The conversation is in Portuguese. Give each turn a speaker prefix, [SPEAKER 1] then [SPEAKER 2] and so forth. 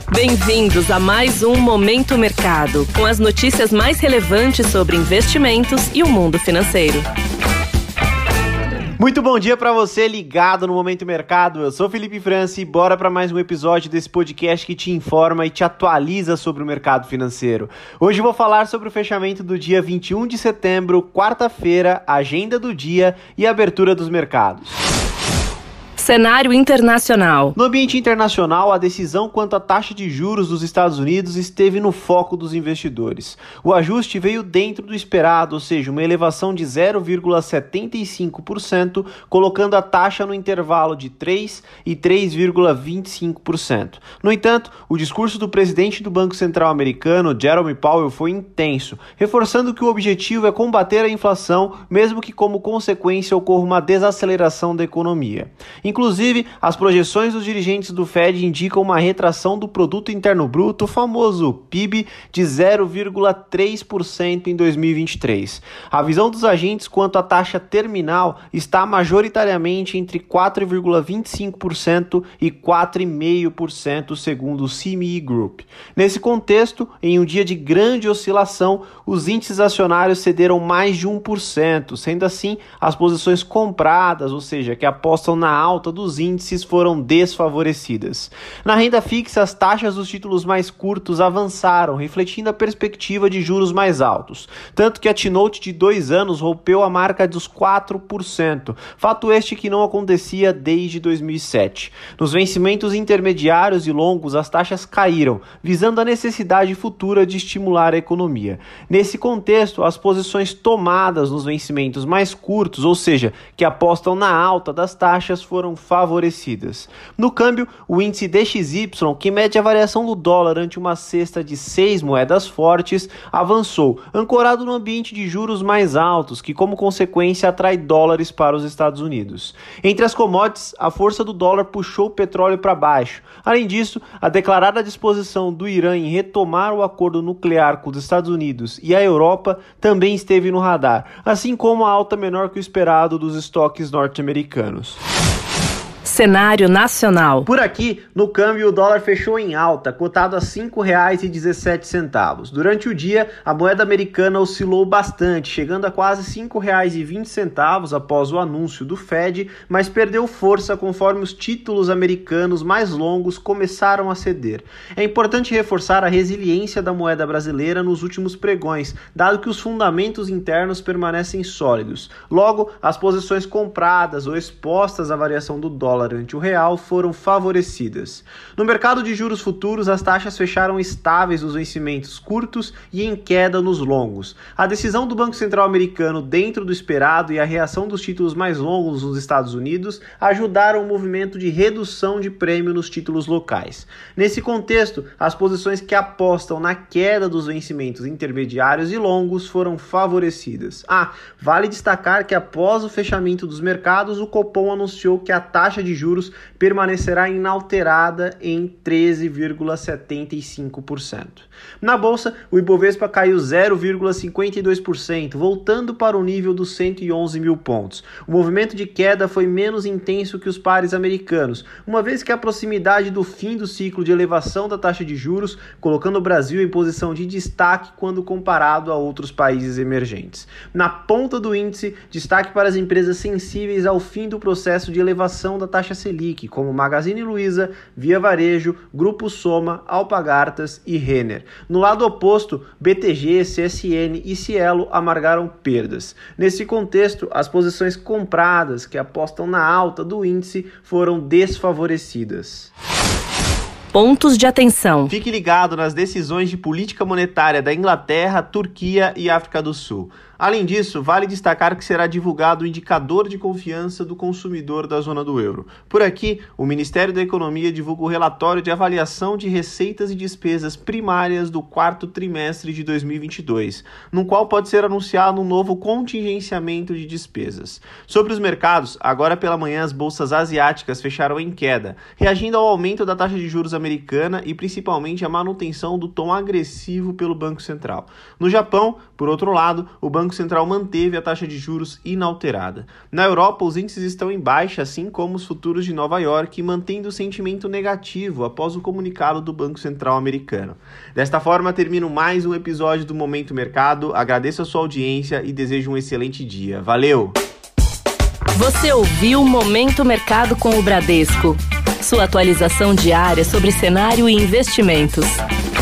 [SPEAKER 1] Bem-vindos a mais um Momento Mercado, com as notícias mais relevantes sobre investimentos e o mundo financeiro.
[SPEAKER 2] Muito bom dia para você ligado no Momento Mercado. Eu sou Felipe França e bora para mais um episódio desse podcast que te informa e te atualiza sobre o mercado financeiro. Hoje eu vou falar sobre o fechamento do dia 21 de setembro, quarta-feira, agenda do dia e abertura dos mercados.
[SPEAKER 1] Cenário internacional.
[SPEAKER 2] No ambiente internacional, a decisão quanto à taxa de juros dos Estados Unidos esteve no foco dos investidores. O ajuste veio dentro do esperado, ou seja, uma elevação de 0,75%, colocando a taxa no intervalo de 3% e 3,25%. No entanto, o discurso do presidente do Banco Central americano, Jerome Powell, foi intenso, reforçando que o objetivo é combater a inflação, mesmo que como consequência ocorra uma desaceleração da economia. Inclusive, as projeções dos dirigentes do Fed indicam uma retração do Produto Interno Bruto, o famoso PIB, de 0,3% em 2023. A visão dos agentes quanto à taxa terminal está majoritariamente entre 4,25% e 4,5%, segundo o CME Group. Nesse contexto, em um dia de grande oscilação, os índices acionários cederam mais de 1%, sendo assim, as posições compradas, ou seja, que apostam na alta dos índices, foram desfavorecidas. Na renda fixa, as taxas dos títulos mais curtos avançaram, refletindo a perspectiva de juros mais altos, tanto que a T-Note de 2 anos rompeu a marca dos 4%, fato este que não acontecia desde 2007. Nos vencimentos intermediários e longos, as taxas caíram, visando a necessidade futura de estimular a economia. Nesse contexto, as posições tomadas nos vencimentos mais curtos, ou seja, que apostam na alta das taxas, foram favorecidas. No câmbio, o índice DXY, que mede a variação do dólar ante uma cesta de 6 moedas fortes, avançou, ancorado no ambiente de juros mais altos, que como consequência atrai dólares para os Estados Unidos. Entre as commodities, a força do dólar puxou o petróleo para baixo. Além disso, a declarada disposição do Irã em retomar o acordo nuclear com os Estados Unidos e a Europa também esteve no radar, assim como a alta menor que o esperado dos estoques norte-americanos.
[SPEAKER 1] Cenário nacional.
[SPEAKER 2] Por aqui, no câmbio, o dólar fechou em alta, cotado a R$ 5,17. Durante o dia, a moeda americana oscilou bastante, chegando a quase R$ 5,20 após o anúncio do Fed, mas perdeu força conforme os títulos americanos mais longos começaram a ceder. É importante reforçar a resiliência da moeda brasileira nos últimos pregões, dado que os fundamentos internos permanecem sólidos. Logo, as posições compradas ou expostas à variação do dólar ante o real foram favorecidas. No mercado de juros futuros, as taxas fecharam estáveis nos vencimentos curtos e em queda nos longos. A decisão do Banco Central americano dentro do esperado e a reação dos títulos mais longos nos Estados Unidos ajudaram o movimento de redução de prêmio nos títulos locais. Nesse contexto, as posições que apostam na queda dos vencimentos intermediários e longos foram favorecidas. Vale destacar que após o fechamento dos mercados, o Copom anunciou que a taxa de juros permanecerá inalterada em 13,75%. Na bolsa, o Ibovespa caiu 0,52%, voltando para o nível dos 111 mil pontos. O movimento de queda foi menos intenso que os pares americanos, uma vez que a proximidade do fim do ciclo de elevação da taxa de juros, colocando o Brasil em posição de destaque quando comparado a outros países emergentes. Na ponta do índice, destaque para as empresas sensíveis ao fim do processo de elevação da taxa Selic, como Magazine Luiza, Via Varejo, Grupo Soma, Alpargatas e Renner. No lado oposto, BTG, CSN e Cielo amargaram perdas. Nesse contexto, as posições compradas, que apostam na alta do índice, foram desfavorecidas.
[SPEAKER 1] Pontos de atenção.
[SPEAKER 2] Fique ligado nas decisões de política monetária da Inglaterra, Turquia e África do Sul. Além disso, vale destacar que será divulgado o indicador de confiança do consumidor da zona do euro. Por aqui, o Ministério da Economia divulga o relatório de avaliação de receitas e despesas primárias do quarto trimestre de 2022, no qual pode ser anunciado um novo contingenciamento de despesas. Sobre os mercados, agora pela manhã as bolsas asiáticas fecharam em queda, reagindo ao aumento da taxa de juros americana e principalmente à manutenção do tom agressivo pelo Banco Central. No Japão, por outro lado, o Banco Banco Central manteve a taxa de juros inalterada. Na Europa, os índices estão em baixa, assim como os futuros de Nova York, mantendo o sentimento negativo após o comunicado do Banco Central americano. Desta forma, termino mais um episódio do Momento Mercado, agradeço a sua audiência e desejo um excelente dia. Valeu!
[SPEAKER 1] Você ouviu Momento Mercado com o Bradesco. Sua atualização diária sobre cenário e investimentos.